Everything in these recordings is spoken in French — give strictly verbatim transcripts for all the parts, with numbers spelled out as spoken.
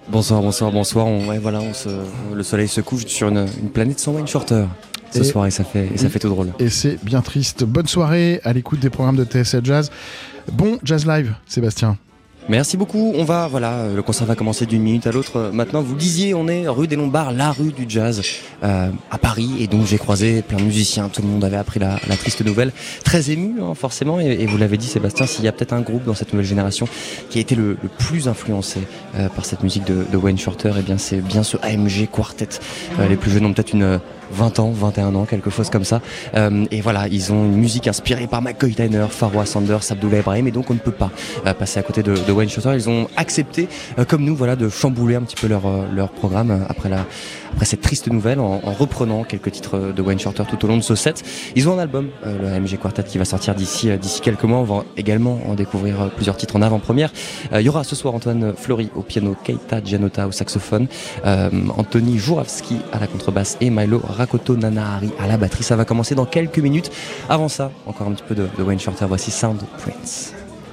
Bonsoir, bonsoir, bonsoir. On, ouais, voilà, on se, le soleil se couche sur une, une planète sans Wayne Shorter ce et soir et ça fait, et ça fait tout drôle. Et c'est bien triste. Bonne soirée à l'écoute des programmes de T S L Jazz. Bon Jazz Live, Sébastien. Merci beaucoup. On va, voilà, le concert va commencer d'une minute à l'autre. Maintenant, vous le disiez, on est rue des Lombards, la rue du jazz euh, à Paris. Et donc, j'ai croisé plein de musiciens. Tout le monde avait appris la, la triste nouvelle. Très ému, hein, forcément. Et, et vous l'avez dit, Sébastien, s'il y a peut-être un groupe dans cette nouvelle génération qui a été le, le plus influencé euh, par cette musique de, de Wayne Shorter, eh bien, c'est bien ce A M G Quartet. Euh, les plus jeunes ont peut-être une vingt ans, vingt et un ans, quelque chose comme ça. Euh, et voilà, ils ont une musique inspirée par McCoy Tyner, Pharoah Sanders, Abdullah Ibrahim. Et donc, on ne peut pas euh, passer à côté de, de Wayne Shorter. Ils ont accepté, euh, comme nous, voilà, de chambouler un petit peu leur, euh, leur programme euh, après, la, après cette triste nouvelle en, en reprenant quelques titres de Wayne Shorter tout au long de ce set. Ils ont un album, euh, le A M G Quartet, qui va sortir d'ici, euh, d'ici quelques mois. On va également en découvrir euh, plusieurs titres en avant-première. Euh, il y aura ce soir Antoine Fleury au piano, Keita Gianotta au saxophone, euh, Anthony Jouravski à la contrebasse et Milo Rakoto Nanahari à la batterie. Ça va commencer dans quelques minutes. Avant ça, encore un petit peu de, de Wayne Shorter. Voici Sound Prince.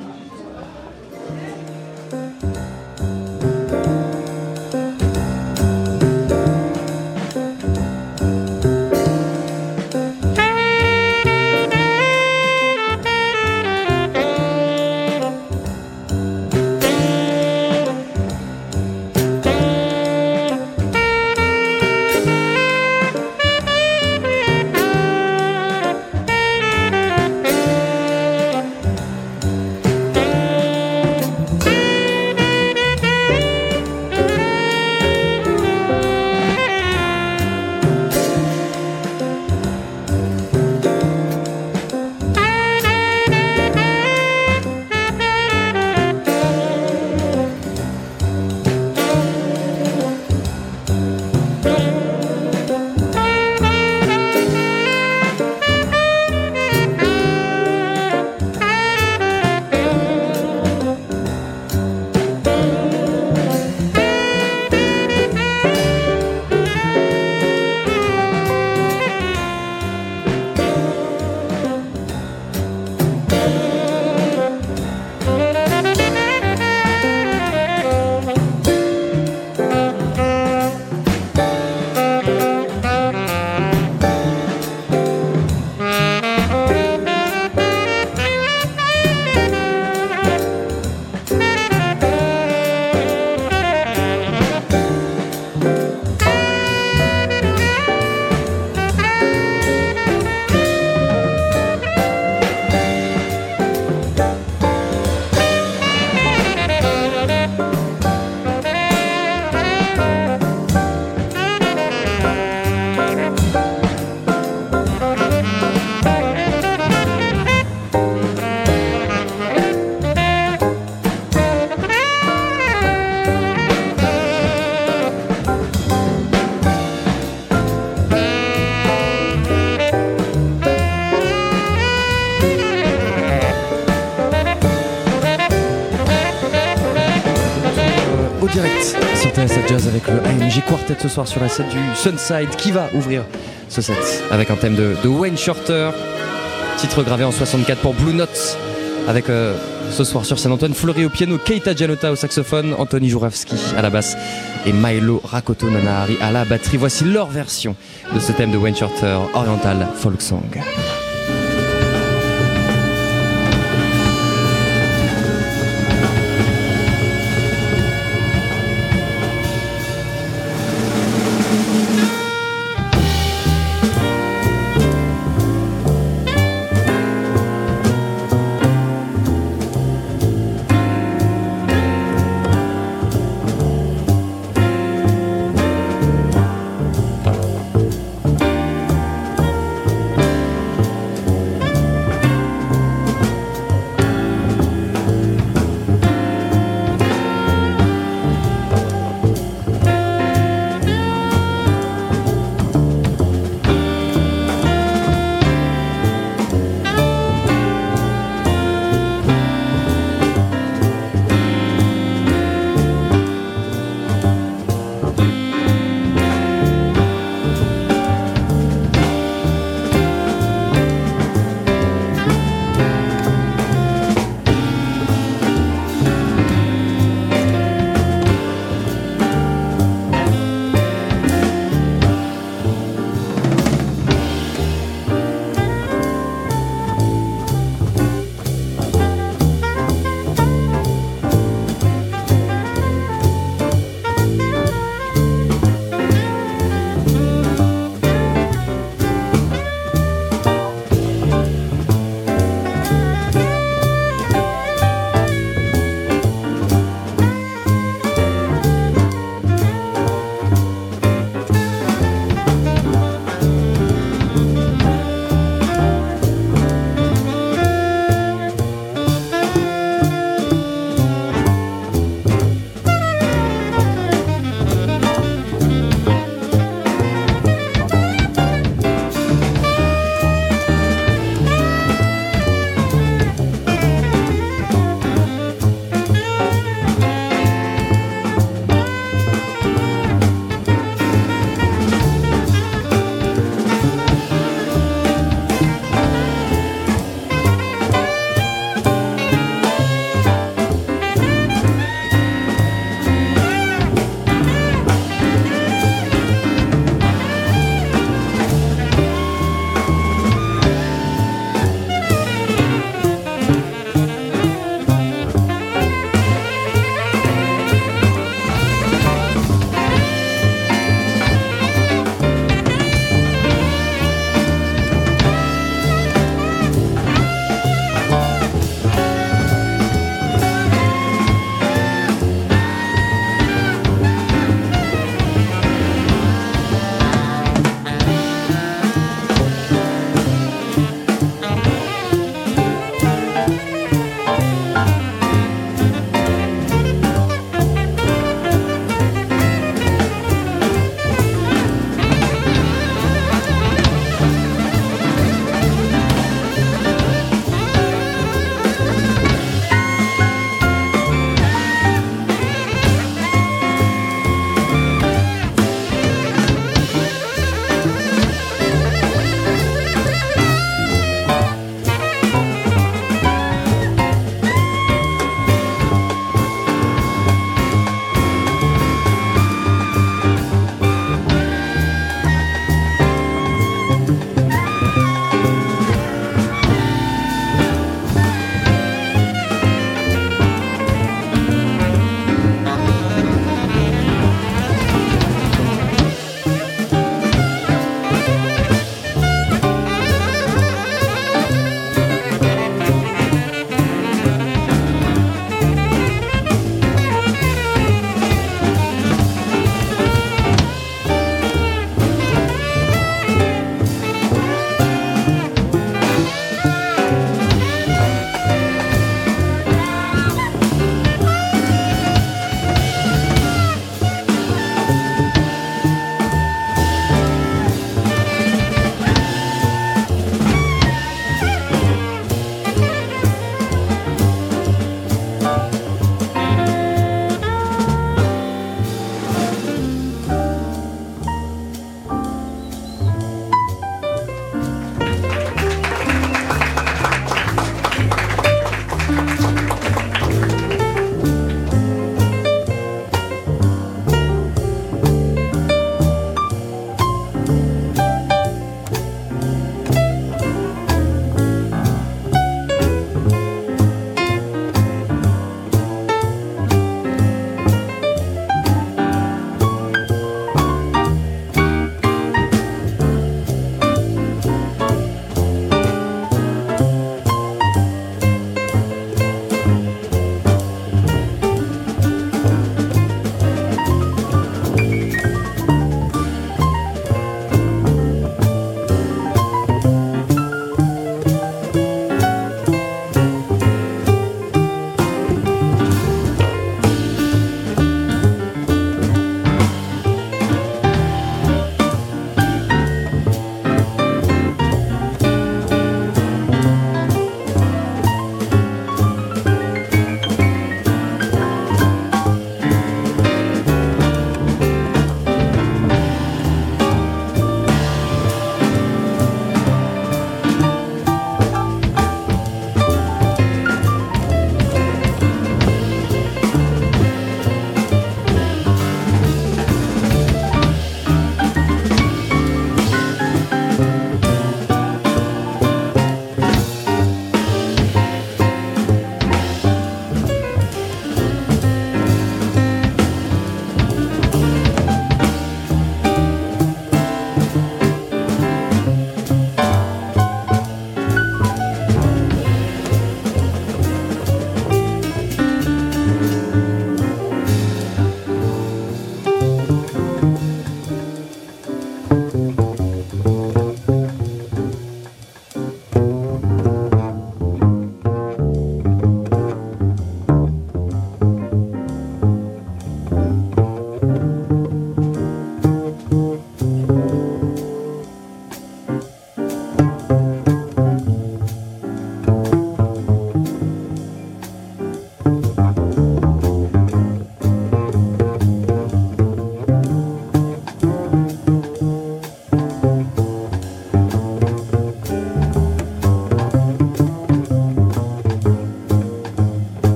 Jazz avec le A M G Quartet ce soir sur la scène du Sunside qui va ouvrir ce set avec un thème de, de Wayne Shorter, titre gravé en soixante-quatre pour Blue Note avec euh, ce soir sur scène Antoine Fleury au piano, Keita Gianotta au saxophone, Anthony Jouravski à la basse et Milo Rakoto Nanahari à la batterie. Voici leur version de ce thème de Wayne Shorter, Oriental Folk Song.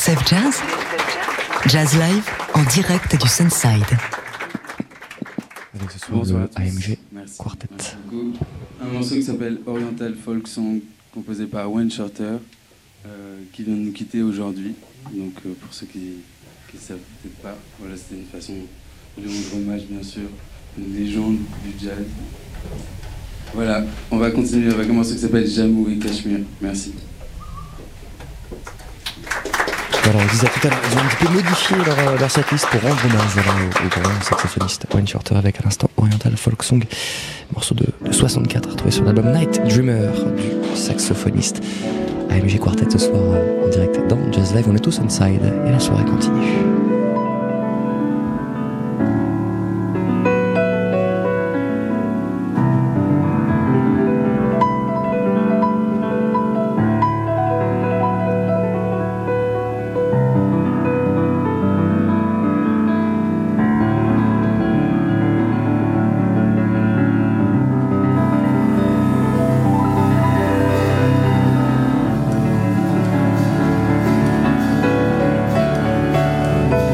T S F Jazz, Jazz Live en direct du Sunside. Avec ce soir le A M G Quartet. Merci beaucoup. Un morceau qui s'appelle Oriental Folk Song, composé par Wayne Shorter, euh, qui vient de nous quitter aujourd'hui. Donc euh, pour ceux qui ne savent peut-être pas, voilà, c'était une façon de lui rendre hommage, bien sûr, une légende du jazz. Voilà, on va continuer avec un morceau qui s'appelle Jammu et Cachemire. Merci. Voilà, on disait tout à l'heure, ils ont un petit peu modifié leur, leur setlist pour rendre hommage voilà, au, au grand saxophoniste Wayne Shorter avec à l'instant Oriental Folk Song, morceau de, de soixante-quatre retrouvé sur l'album Night Dreamer du saxophoniste. A M G Quartet ce soir en direct dans Jazz Live, on est tous Sunside et la soirée continue. Thank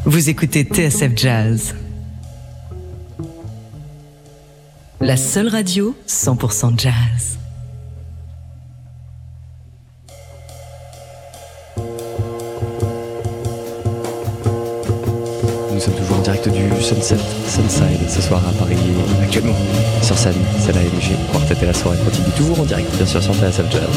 Vous écoutez T S F Jazz, la seule radio cent pour cent jazz. Nous sommes toujours en direct du Sunset Sunside ce soir à Paris. Actuellement sur scène, c'est la M G Quartet et la soirée continue toujours en direct bien sûr sur T S F Jazz.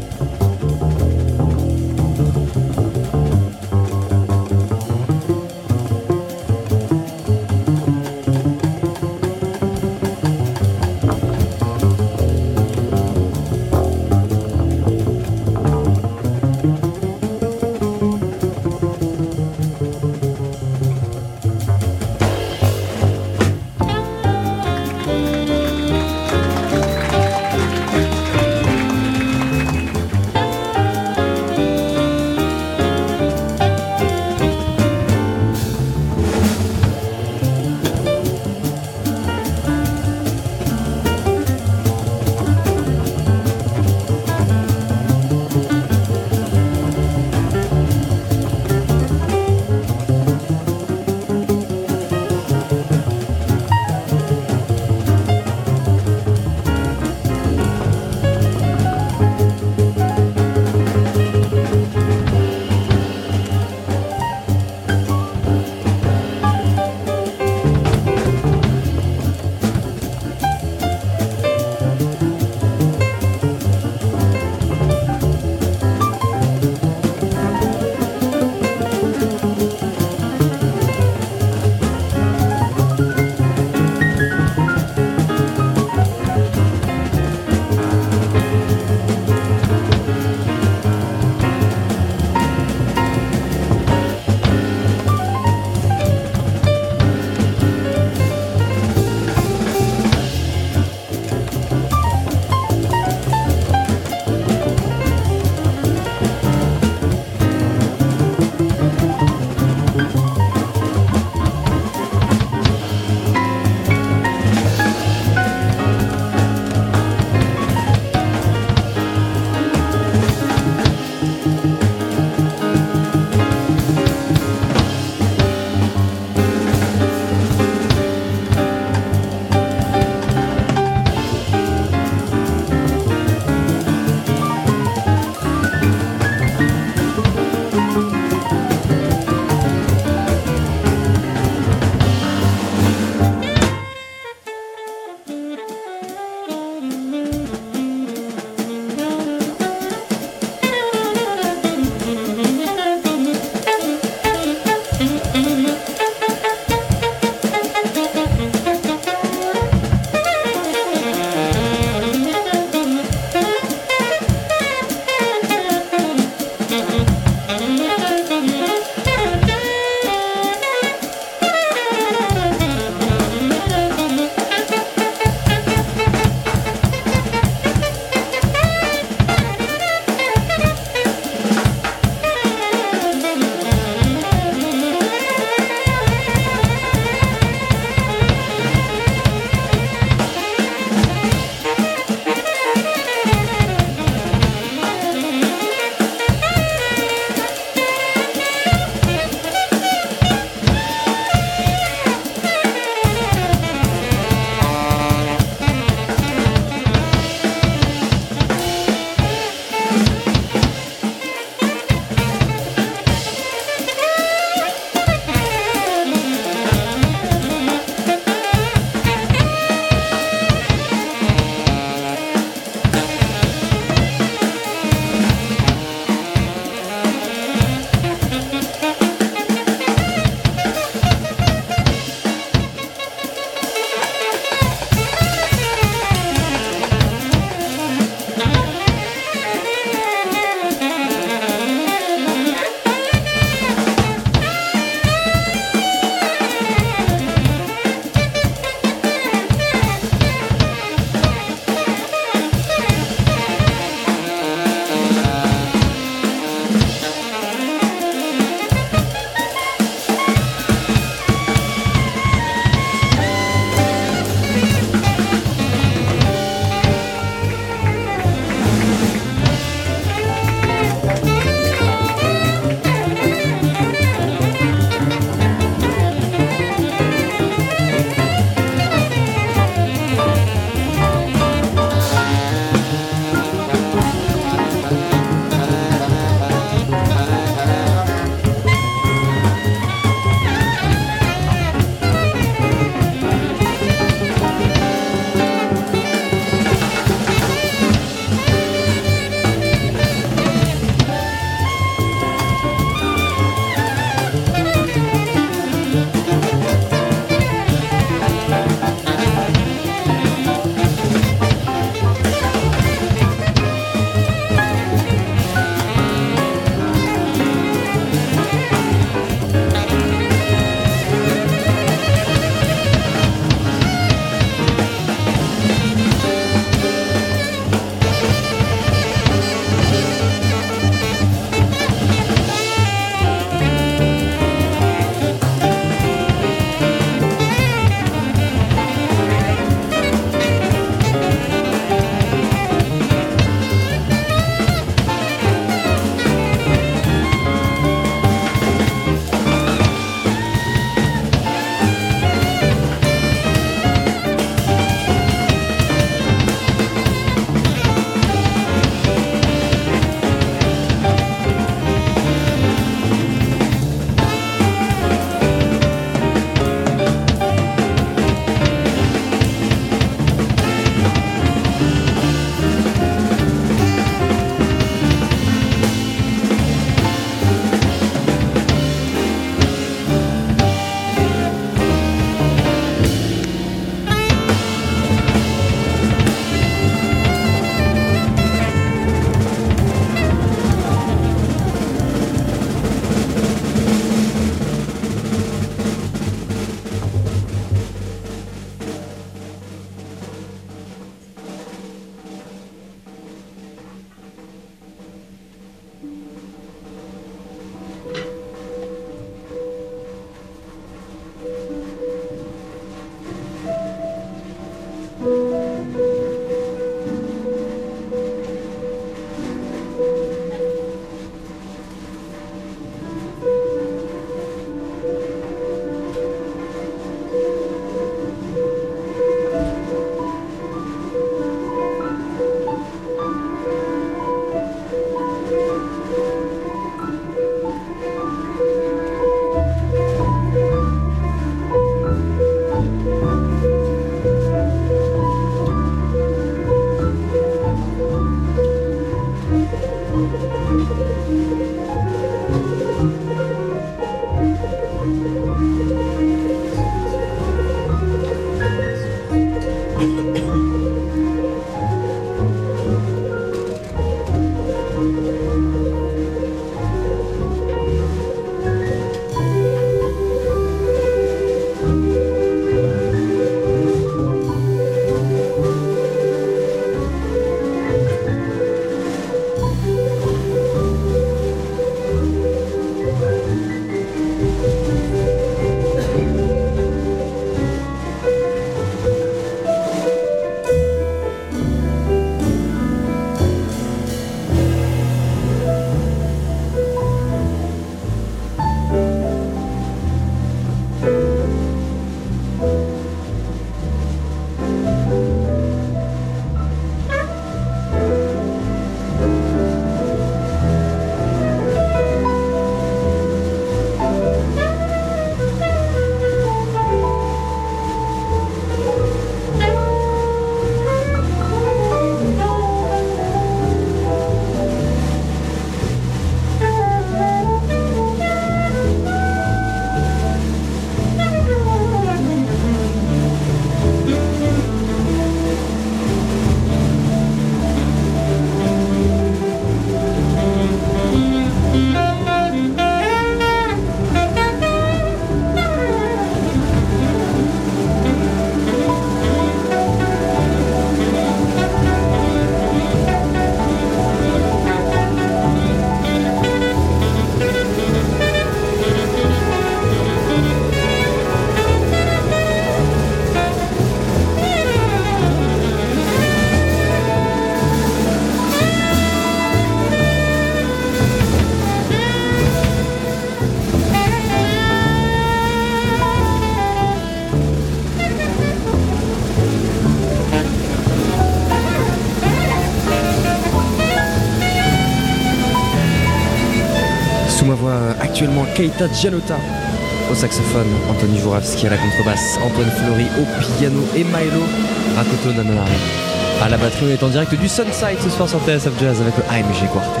ma voix actuellement Keita Gianotta au saxophone, Anthony Jouravski à la contrebasse, Antoine Fleury au piano et Milo Rakoto Nanonari à la batterie. On est en direct du Sunside ce soir sur T S F Jazz avec le A M G Quartet.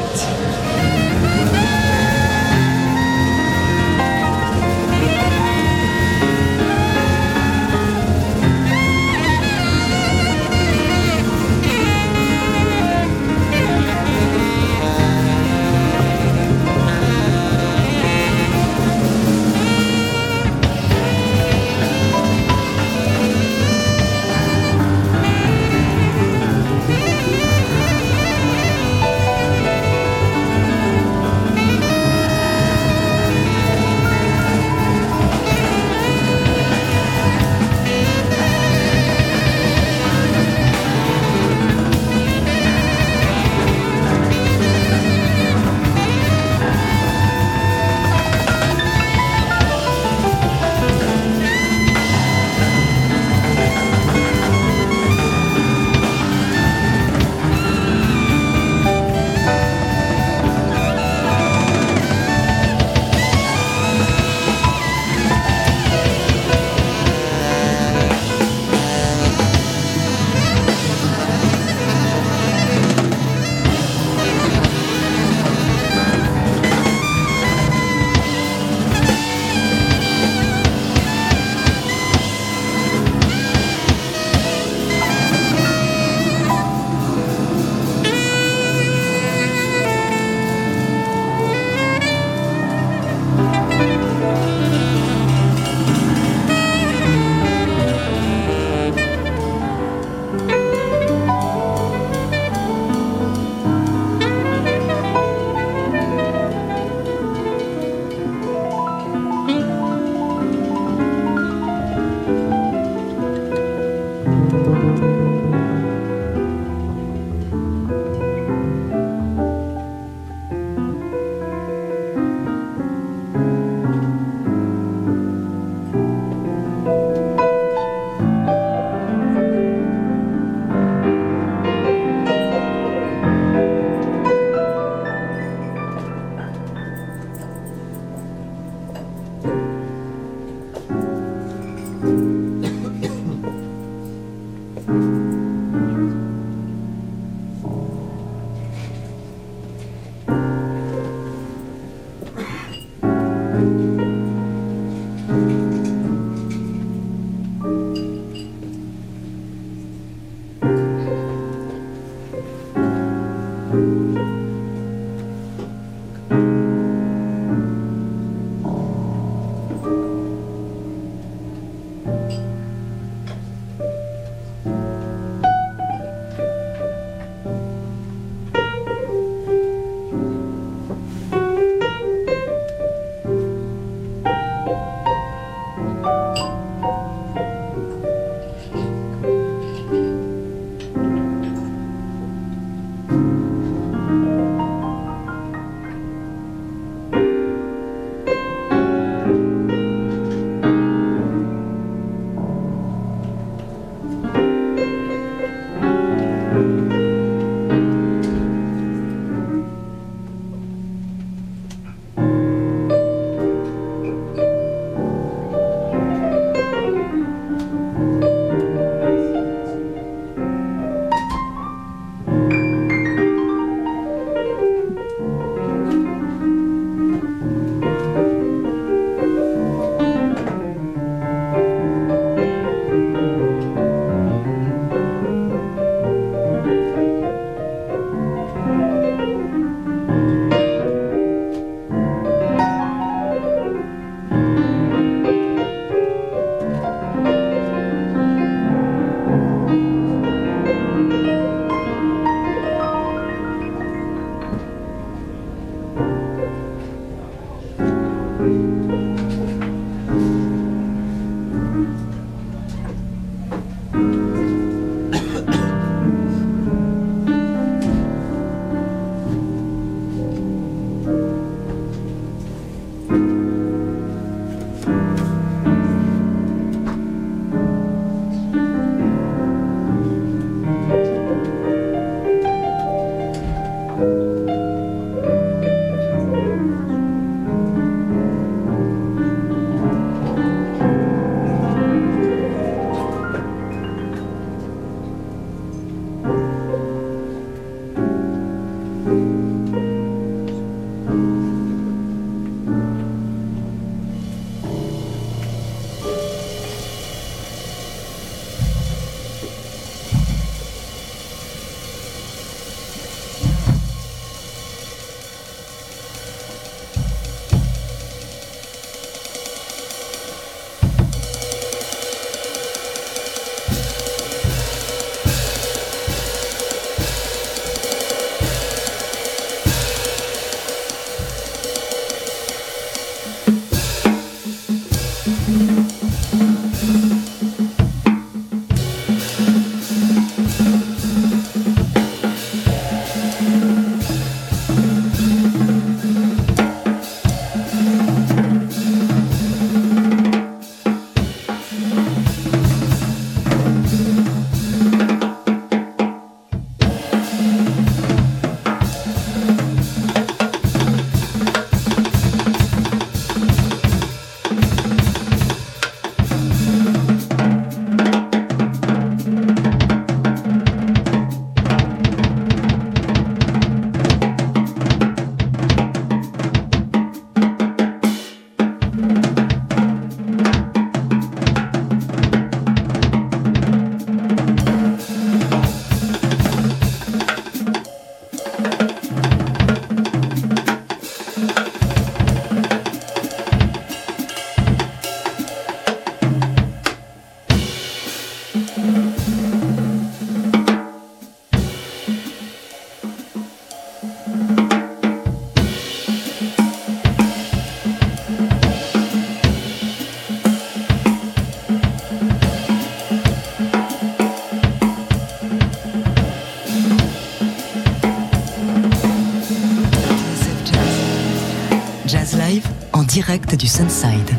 Live en direct du Sunside.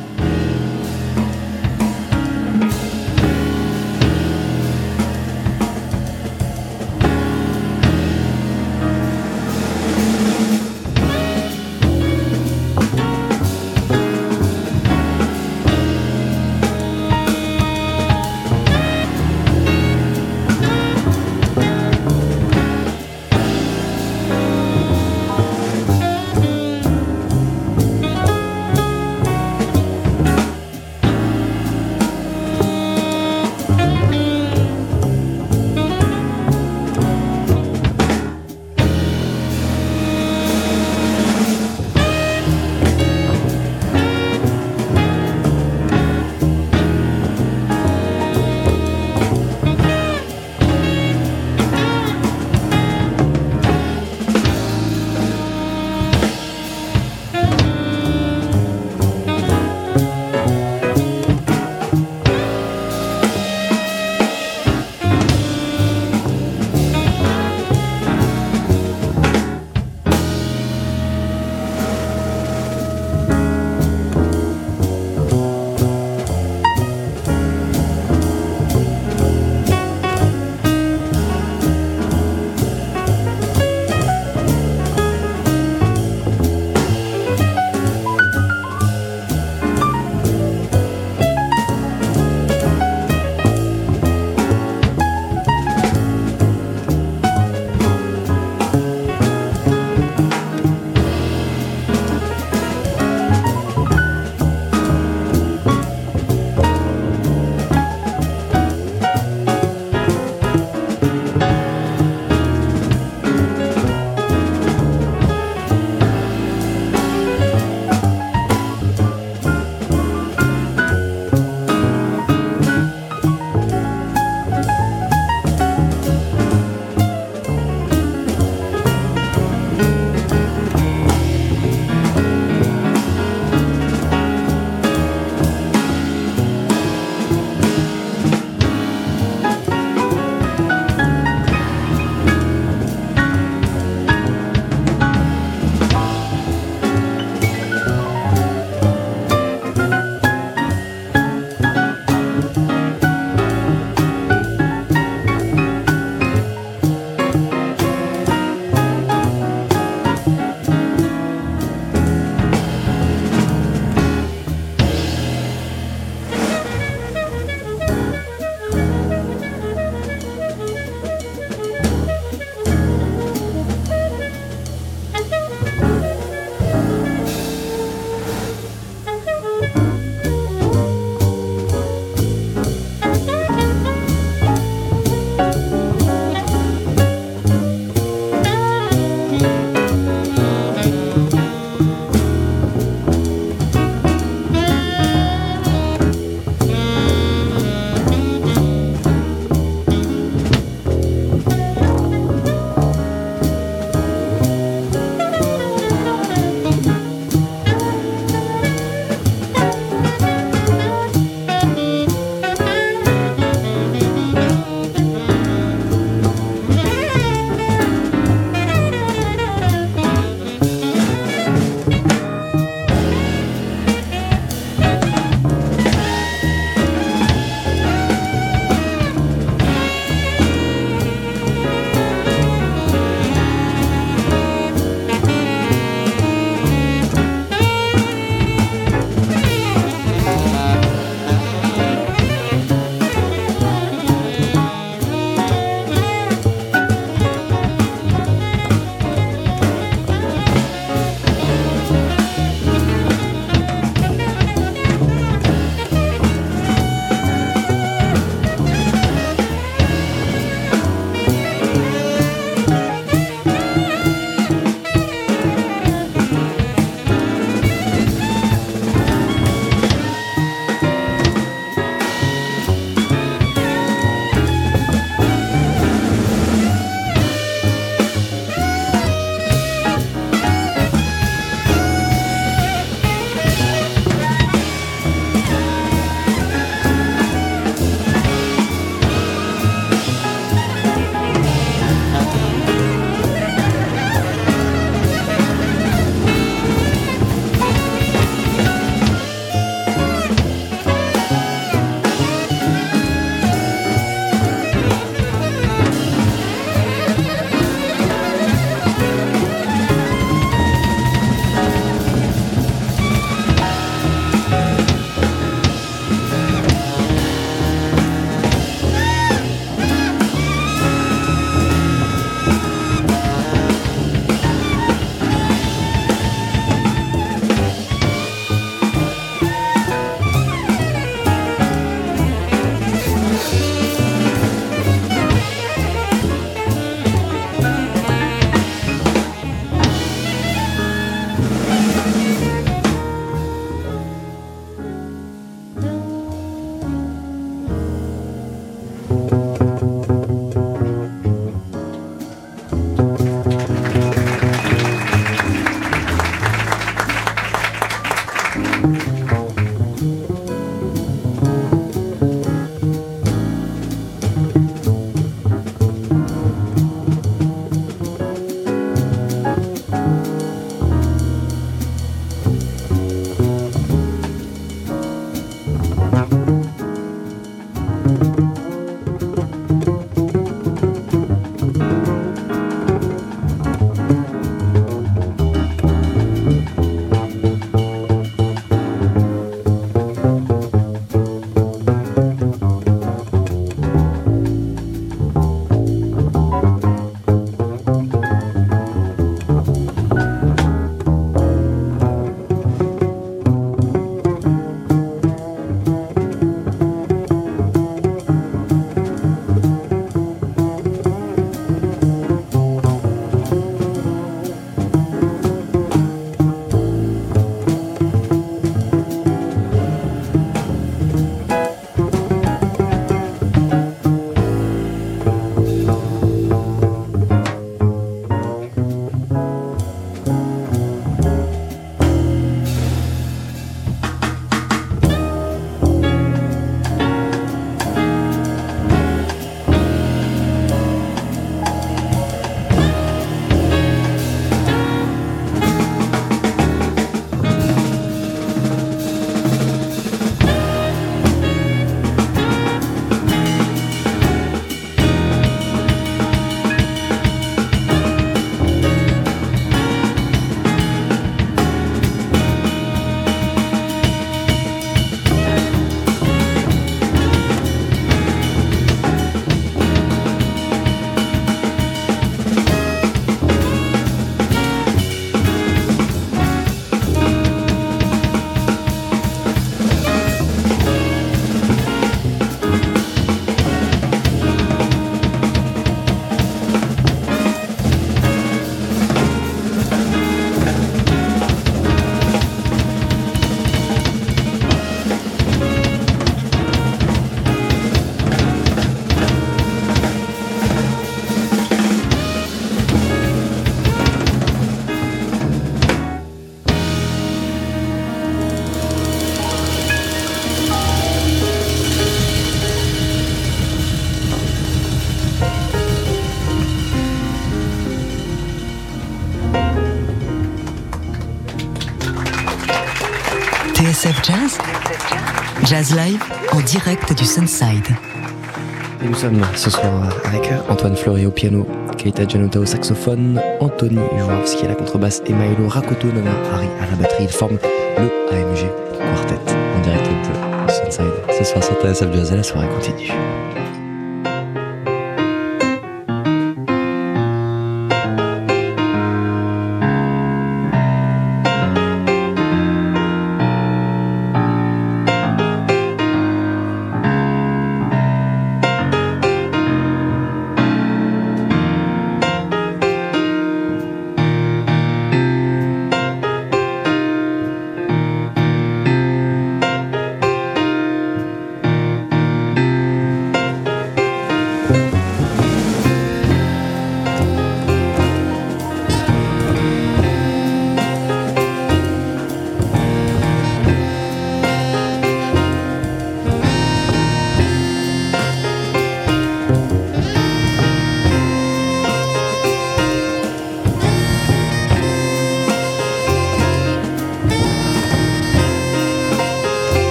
T S F Jazz, Jazz Live en direct du Sunside. Et nous sommes ce soir avec Antoine Fleury au piano, Keita Janota au saxophone, Anthony Jouarski à la contrebasse et Maëlo Rakoto Nova Hari à la batterie. Ils forment le A M G Quartet en direct de Sunside. Ce soir sur T S F Jazz et la soirée continue.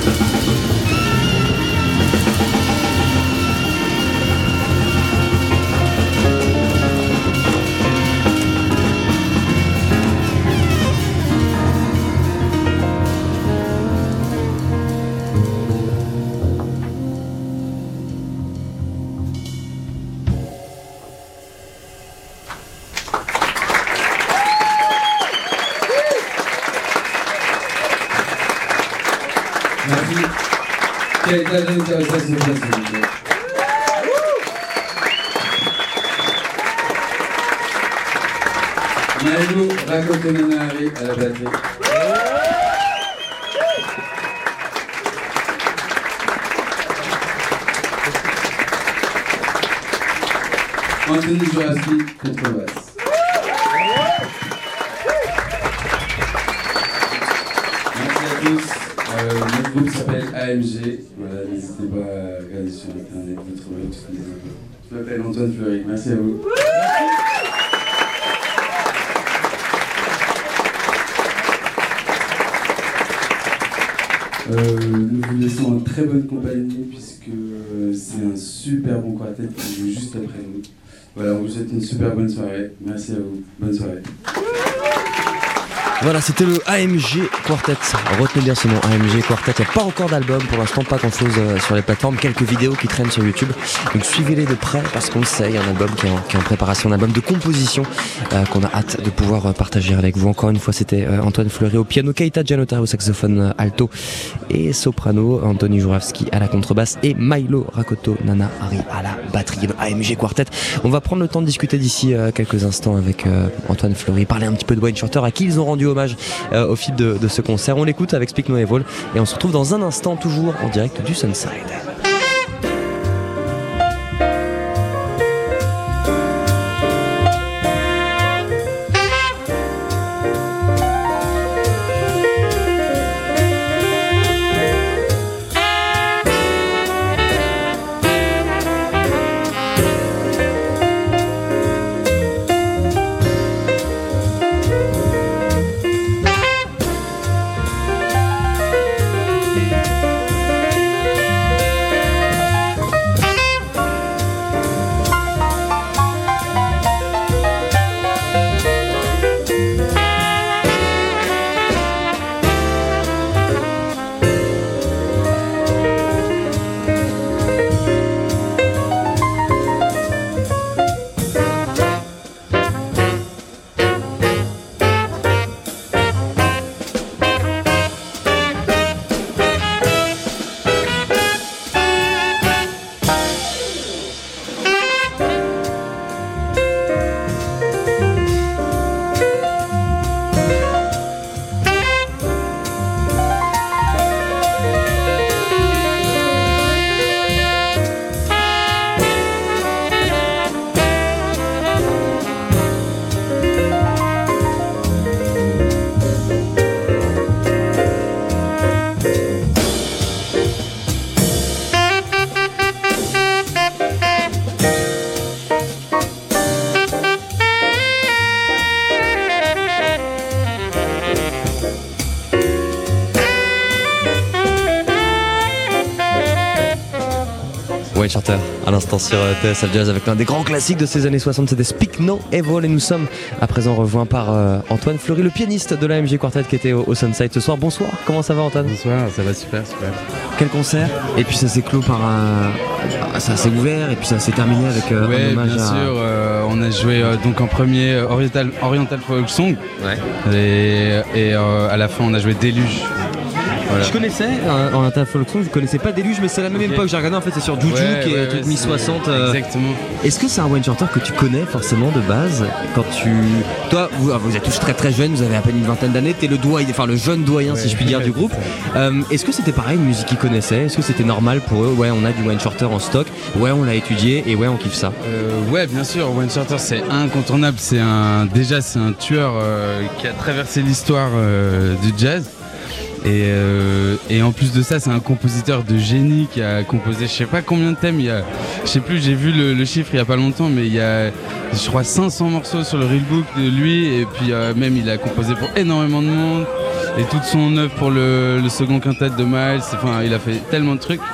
Maïlo Rakotonanari à la batterie. Anthony Joraski, contrebasse. Merci à tous. Euh, notre groupe s'appelle A M G. Voilà, n'hésitez pas à regarder sur internet, vous trouverez toutes les infos. Je m'appelle Antoine Fleury. Merci à vous. Euh, nous vous laissons en très bonne compagnie puisque euh, c'est un super bon quartet qui joue juste après nous. Voilà, on vous souhaite une super bonne soirée. Merci à vous. Bonne soirée. Voilà, c'était le A M G Quartet. Retenez bien ce nom, A M G Quartet. Il n'y a pas encore d'album, pour l'instant pas grand chose sur les plateformes, quelques vidéos qui traînent sur YouTube. Donc suivez-les de près parce qu'on le sait, il y a un album qui est en, qui est en préparation, un album de composition euh, qu'on a hâte de pouvoir partager avec vous. Encore une fois, c'était euh, Antoine Fleury au piano, Keita Giannotta au saxophone alto et soprano, Anthony Jouravski à la contrebasse et Maïlo Rakotonanari à la batterie. Le A M G Quartet. On va prendre le temps de discuter d'ici euh, quelques instants avec euh, Antoine Fleury, parler un petit peu de Wayne Shorter, à qui ils ont rendu hommage euh, au fil de, de ce concert. On l'écoute avec Speak No Evil et on se retrouve dans un instant toujours en direct du Sunside. Wayne Shorter à l'instant sur T S F Jazz avec l'un des grands classiques de ces années soixante, c'était Speak No Evil, et nous sommes à présent rejoints par euh, Antoine Fleury, le pianiste de l'A M G Quartet qui était au, au Sunside ce soir. Bonsoir, comment ça va Antoine? Bonsoir, ça va super, super. Quel concert? Et puis ça s'est clos par un... ça s'est ouvert et puis ça s'est terminé avec euh, ouais, un hommage bien à... sûr, euh, on a joué euh, donc en premier euh, Oriental, Oriental Folk Song, ouais. et, et euh, à la fin on a joué Déluge. Voilà. Je connaissais euh, en interfolction, je connaissais pas Déluge, mais c'est la même okay. époque. J'ai regardé en fait, c'est sur Juju ouais, qui est ouais, truc ouais, mi-soixante. Euh... Exactement. Est-ce que c'est un Wayne Shorter que tu connais forcément de base quand tu. Toi, vous, vous êtes tous très très jeunes, vous avez à peine une vingtaine d'années, t'es le doyen, enfin le jeune doyen ouais, si je puis dire du groupe. Euh, est-ce que c'était pareil, une musique qu'ils connaissaient? Est-ce que c'était normal pour eux? Ouais, on a du Wayne Shorter en stock, ouais, on l'a étudié et ouais, on kiffe ça. Euh, ouais, bien sûr, Wayne Shorter c'est incontournable. C'est un, déjà, c'est un tueur euh, qui a traversé l'histoire euh, du jazz. Et, euh, et en plus de ça, c'est un compositeur de génie qui a composé je sais pas combien de thèmes. Il y a, je sais plus, j'ai vu le, le chiffre il y a pas longtemps, mais il y a, je crois, cinq cents morceaux sur le Reelbook de lui. Et puis euh, même, il a composé pour énormément de monde. et toute son œuvre pour le, le second quintet de Miles. Enfin, il a fait tellement de trucs.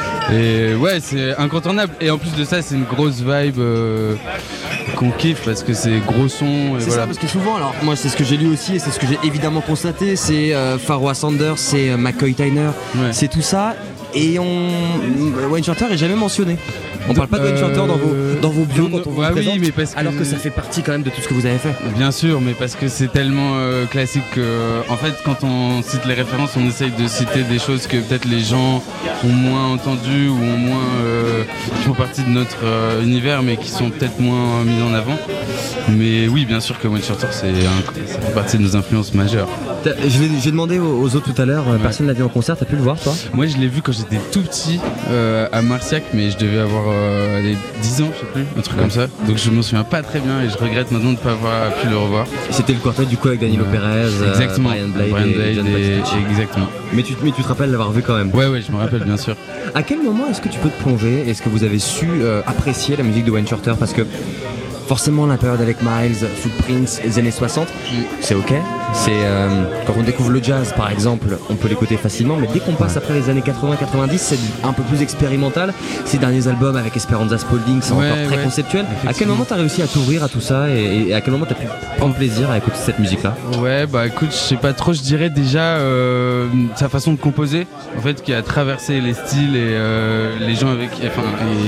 Et ouais, c'est incontournable. Et en plus de ça, c'est une grosse vibe euh, qu'on kiffe parce que c'est gros son. Et c'est voilà. ça, parce que souvent, alors moi c'est ce que j'ai lu aussi et c'est ce que j'ai évidemment constaté, c'est euh, Pharoah Sanders, c'est euh, McCoy Tyner, Ouais. c'est tout ça. Et on... Wayne Shorter est jamais mentionné. On parle pas de Wayne Euh, Shorter dans vos, dans vos bios quand on vous ah présente, oui, mais parce que... alors que ça fait partie quand même de tout ce que vous avez fait. Bien sûr, mais parce que c'est tellement euh, classique que, euh, en fait, quand on cite les références, on essaye de citer des choses que peut-être les gens ont moins entendues ou ont moins, euh, qui font partie de notre euh, univers, mais qui sont peut-être moins mis en avant. Mais oui, bien sûr que Wayne Shorter, c'est un- ça fait partie de nos influences majeures. T'as- Je vais, j'ai demandé aux, aux autres tout à l'heure, euh, Ouais. personne l'a vu en concert, t'as pu le voir toi? Moi, je l'ai vu quand j'étais tout petit euh, à Marciac, mais je devais avoir euh, allez, dix ans, je sais plus, un truc comme ça. Donc je m'en souviens pas très bien et je regrette maintenant de ne pas avoir pu le revoir. C'était le quartet du coup avec Danilo Ouais. Perez, euh, Exactement. Brian Blade, Brian et Blade John et- Patitucci. exactement. Mais tu, mais tu te rappelles l'avoir vu quand même. Ouais, ouais, je me rappelle bien sûr. À quel moment est-ce que tu peux te plonger? Est-ce que vous avez su euh, apprécier la musique de Wayne Shorter? Parce que forcément la période avec Miles, Footprints, les années soixante, Mm. c'est ok. C'est euh, quand on découvre le jazz par exemple, on peut l'écouter facilement, mais dès qu'on passe après les années quatre-vingts quatre-vingt-dix, c'est un peu plus expérimental. Ces derniers albums avec Esperanza Spalding, c'est Ouais, encore très ouais. conceptuel. À quel Effectivement. moment t'as réussi à t'ouvrir à tout ça et, et à quel moment t'as pu prendre plaisir à écouter cette musique-là? Ouais, bah écoute, je sais pas trop, je dirais déjà euh, sa façon de composer, en fait, qui a traversé les styles et euh, les gens avec, enfin,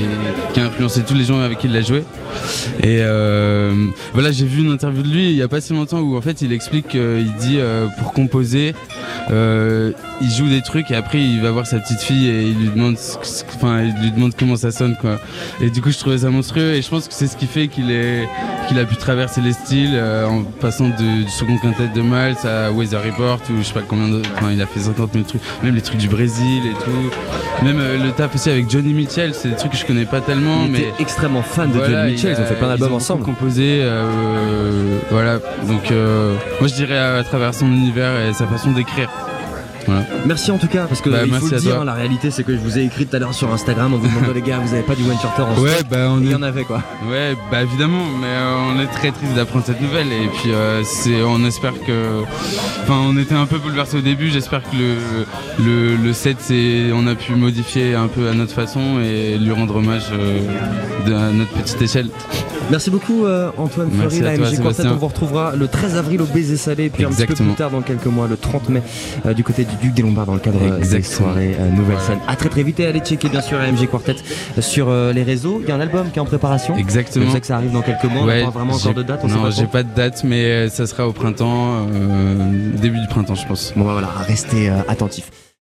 et qui a influencé tous les gens avec qui il a joué. Et euh, voilà, j'ai vu une interview de lui il y a pas si longtemps où en fait il explique, euh, il dit euh, pour composer, euh, il joue des trucs et après il va voir sa petite fille et il lui demande, ce que- ce que- enfin, il lui demande comment ça sonne quoi. Et du coup, je trouvais ça monstrueux et je pense que c'est ce qui fait qu'il est, qu'il a pu traverser les styles euh, en passant de, du second quintet de Miles à Weather Report ou je sais pas combien d'autres. Enfin, il a fait cinquante mille trucs, même les trucs du Brésil et tout. Même euh, le taf aussi avec Johnny Mitchell, c'est des trucs que je connais pas tellement, Il mais était extrêmement fan de voilà, Johnny Mitchell, il ils ont a- fait plein d'albums ils ont ensemble. beaucoup composé, euh, voilà. Donc euh, moi je dirais à, à travers son univers et sa façon d'écrire. Voilà. Merci en tout cas, parce que Bah, il faut merci le à dire, toi. hein, la réalité c'est que je vous ai écrit tout à l'heure sur Instagram en vous demandant les gars, vous avez pas du Wayne Shorter en Ouais, stock? bah on Il y est. en avait quoi. Ouais, bah évidemment, mais euh, on est très triste d'apprendre cette nouvelle et puis euh, c'est, on espère que, enfin, on était un peu bouleversés au début. J'espère que le le, le set, c'est, on a pu modifier un peu à notre façon et lui rendre hommage euh, de, à notre petite échelle. Merci beaucoup euh, Antoine Merci Fleury, à la toi, M J Quartet. Sébastien. On vous retrouvera le treize avril au Baiser Salé, puis un petit peu Exactement. plus tard dans quelques mois, le trente mai, euh, du côté du Duc des Lombards dans le cadre euh, des Exactement. soirées euh, Nouvelle Voilà. Scène. À très très vite et allez checker bien sûr la M J Quartet euh, sur euh, les réseaux. Il y a un album qui est en préparation. Exactement. Je sais que ça arrive dans quelques mois. Ouais, on n'a pas vraiment j'ai- encore de date. On sait non, pas j'ai trop. pas de date, mais ça sera au printemps, euh, début du printemps, je pense. Bon bah voilà, restez euh, attentifs.